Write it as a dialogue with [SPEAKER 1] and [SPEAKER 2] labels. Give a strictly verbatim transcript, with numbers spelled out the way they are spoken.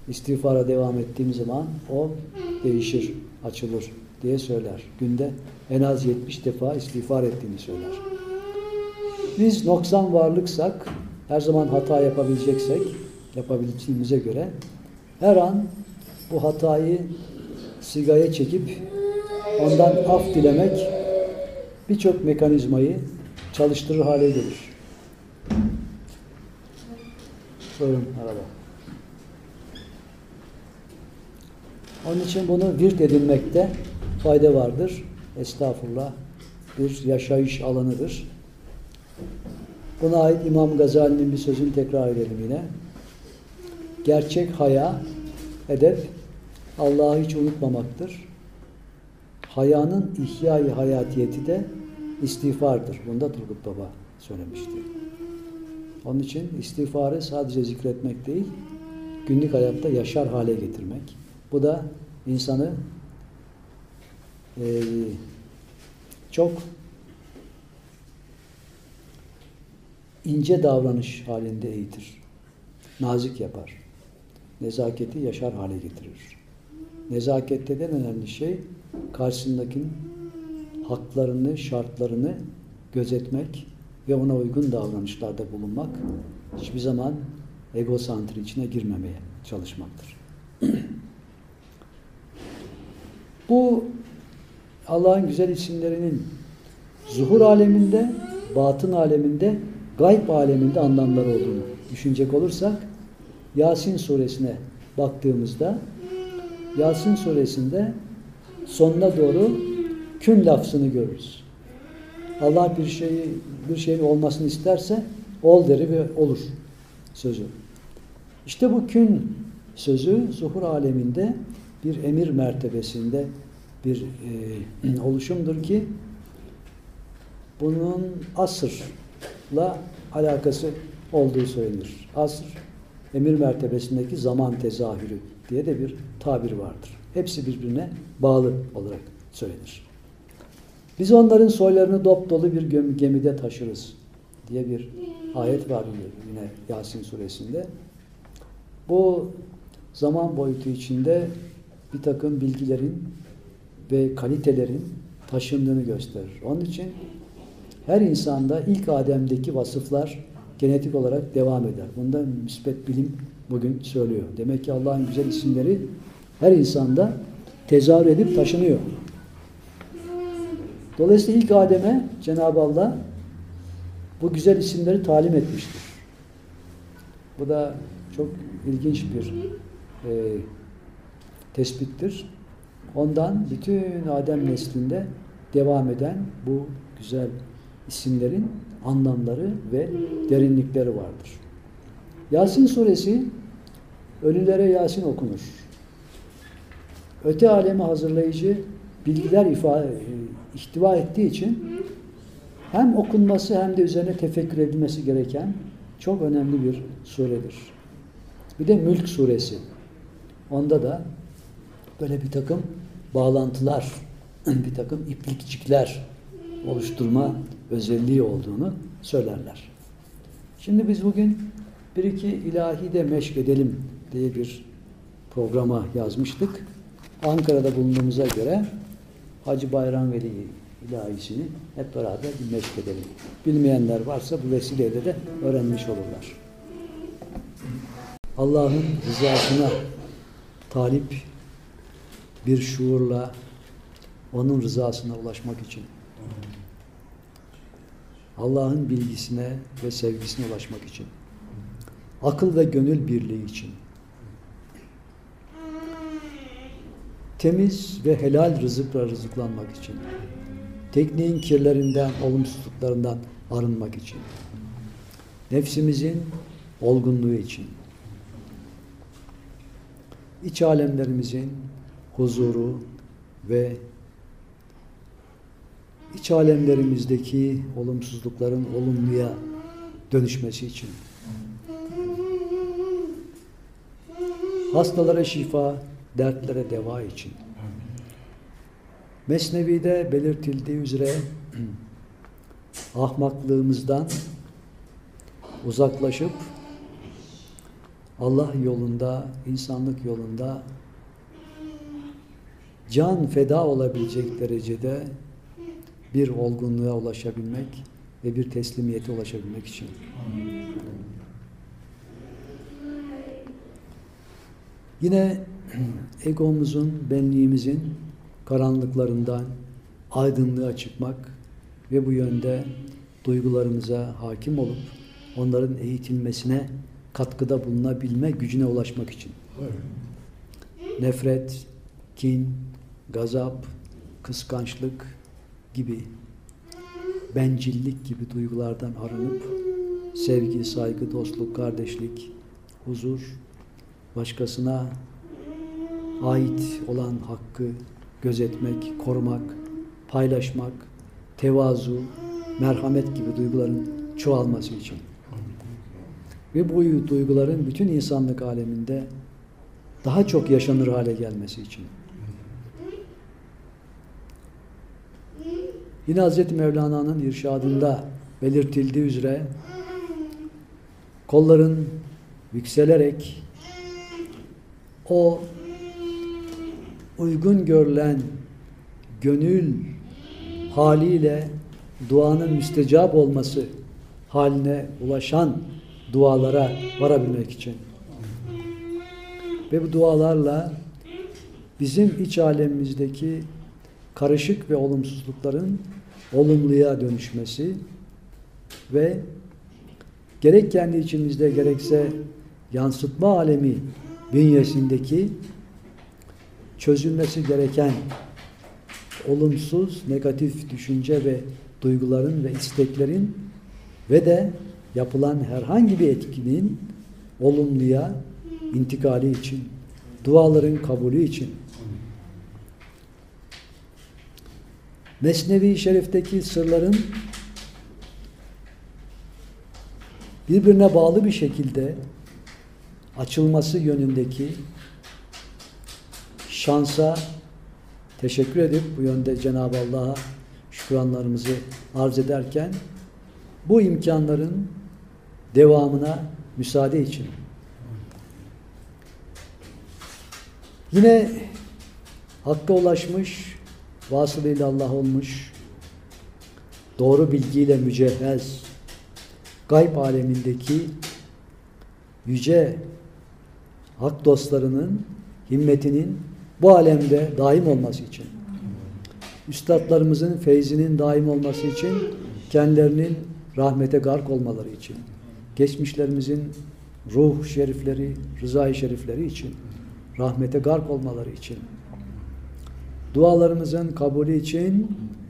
[SPEAKER 1] İstiğfara devam ettiğim zaman o değişir, açılır diye söyler. Günde en az yetmiş defa istiğfar ettiğini söyler. Biz noksan varlıksak, her zaman hata yapabileceksek, yapabildiğimize göre her an bu hatayı sigaya çekip ondan af dilemek birçok mekanizmayı çalıştırır hale gelir. Sorun araba. Onun için bunu virt edinmekte fayda vardır. Estağfurullah, bir yaşayış alanıdır. Buna ait İmam Gazali'nin bir sözünü tekrar edelim yine. Gerçek haya, edep, Allah'ı hiç unutmamaktır. Hayanın ihya-i hayatiyeti de istiğfardır. Bunda Turgut Baba söylemişti. Onun için istiğfarı sadece zikretmek değil, günlük hayatta yaşar hale getirmek. Bu da insanı e, çok ince davranış halinde eğitir. Nazik yapar. Nezaketi yaşar hale getirir. Nezakette de en önemli şey karşısındakinin haklarını, şartlarını gözetmek ve ona uygun davranışlarda bulunmak. Hiçbir zaman egosantri içine girmemeye çalışmaktır. Bu Allah'ın güzel isimlerinin zuhur aleminde, batın aleminde, gayb aleminde anlamları olduğunu düşünecek olursak, Yasin suresine baktığımızda, Yasin suresinde sonuna doğru kün lafzını görürüz. Allah bir şeyi, bir şeyin olmasını isterse ol deri ve olur sözü. İşte bu kün sözü zuhur aleminde bir emir mertebesinde bir e, oluşumdur ki bunun asırla alakası olduğu söylenir. Asr, emir mertebesindeki zaman tezahürü diye de bir tabir vardır. Hepsi birbirine bağlı olarak söylenir. Biz onların soylarını dop dolu bir gemide taşırız diye bir ayet var yine Yasin suresinde. Bu zaman boyutu içinde bir takım bilgilerin ve kalitelerin taşındığını gösterir. Onun için her insanda ilk Adem'deki vasıflar genetik olarak devam eder. Bunda müsbet bilim bugün söylüyor. Demek ki Allah'ın güzel isimleri her insanda tezahür edip taşınıyor. Dolayısıyla ilk Adem'e Cenab-ı Allah bu güzel isimleri talim etmiştir. Bu da çok ilginç bir e, tespittir. Ondan bütün Adem neslinde devam eden bu güzel isimlerin anlamları ve derinlikleri vardır. Yasin suresi, ölülere Yasin okunur. Öte aleme hazırlayıcı bilgiler ifade, ihtiva ettiği için hem okunması hem de üzerine tefekkür edilmesi gereken çok önemli bir suredir. Bir de Mülk suresi. Onda da böyle bir takım bağlantılar, bir takım iplikçikler oluşturma özelliği olduğunu söylerler. Şimdi biz bugün bir iki ilahi de meşk edelim diye bir programa yazmıştık. Ankara'da bulunduğumuza göre Hacı Bayram Veli ilahisini hep beraber bir meşk edelim. Bilmeyenler varsa bu vesileyle de öğrenmiş olurlar. Allah'ın rızasına talip bir şuurla onun rızasına ulaşmak için, Allah'ın bilgisine ve sevgisine ulaşmak için, akıl ve gönül birliği için, temiz ve helal rızıkla rızıklanmak için, tekniğin kirlerinden, olumsuzluklarından arınmak için, nefsimizin olgunluğu için, iç alemlerimizin huzuru ve iç alemlerimizdeki olumsuzlukların olumluya dönüşmesi için, hastalara şifa, dertlere deva için, Mesnevi'de belirtildiği üzere ahmaklığımızdan uzaklaşıp Allah yolunda, insanlık yolunda can feda olabilecek derecede bir olgunluğa ulaşabilmek ve bir teslimiyete ulaşabilmek için. Yine egomuzun, benliğimizin karanlıklarından aydınlığa çıkmak ve bu yönde duygularımıza hakim olup onların eğitilmesine katkıda bulunabilme gücüne ulaşmak için. Evet. Nefret, kin, gazap, kıskançlık gibi, bencillik gibi duygulardan arınıp sevgi, saygı, dostluk, kardeşlik, huzur, başkasına ait olan hakkı gözetmek, korumak, paylaşmak, tevazu, merhamet gibi duyguların çoğalması için. Ve bu duyguların bütün insanlık aleminde daha çok yaşanır hale gelmesi için. Yine Hazreti Mevlana'nın irşadında belirtildiği üzere kolların yükselerek o uygun görülen gönül haliyle duanın müstecap olması haline ulaşan dualara varabilmek için. Ve bu dualarla bizim iç alemimizdeki karışık ve olumsuzlukların olumluya dönüşmesi ve gerek kendi içimizde gerekse yansıtma alemi bünyesindeki çözülmesi gereken olumsuz, negatif düşünce ve duyguların ve isteklerin ve de yapılan herhangi bir etkinin olumluya intikali için, duaların kabulü için. Mesnevi-i Şerif'teki sırların birbirine bağlı bir şekilde açılması yönündeki şansa teşekkür edip bu yönde Cenab-ı Allah'a şükranlarımızı arz ederken bu imkanların devamına müsaade için. Yine hakka ulaşmış, vasılıyla Allah olmuş, doğru bilgiyle mücehhez, gayb alemindeki yüce hak dostlarının himmetinin bu alemde daim olması için, üstadlarımızın feyzinin daim olması için, kendilerinin rahmete gark olmaları için, geçmişlerimizin ruh şerifleri, rızayı şerifleri için, rahmete gark olmaları için, dualarımızın kabulü için